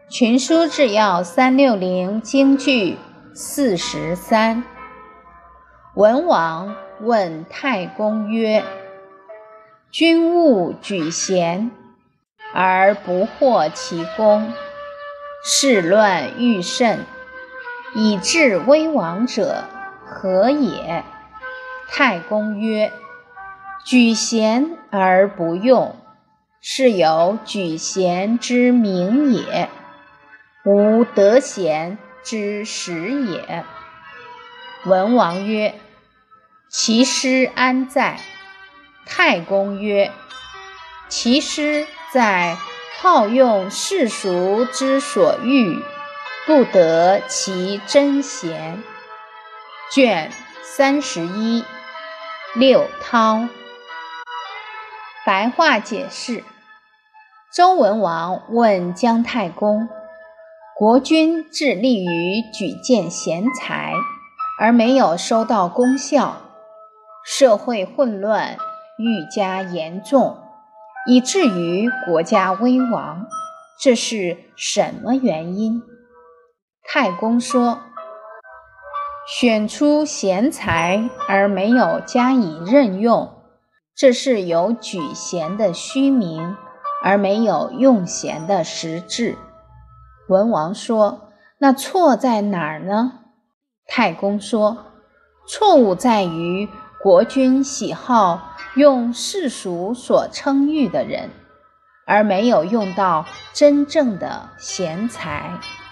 群书治要360京剧43。文王问太公曰：君务举贤，而不获其功，事乱欲甚，以致危亡者，何也？太公曰：举贤而不用，是有举贤之名也，无得贤之实也。文王曰：其师安在？太公曰：其师在好用世俗之所欲，不得其真贤。卷31六韬。白话解释：周文王问姜太公，国君致力于举荐贤才，而没有收到功效，社会混乱愈加严重，以至于国家危亡，这是什么原因？太公说，选出贤才而没有加以任用，这是有举贤的虚名，而没有用贤的实质。文王说，那错在哪儿呢？太公说，错误在于国君喜好用世俗所称誉的人，而没有用到真正的贤才。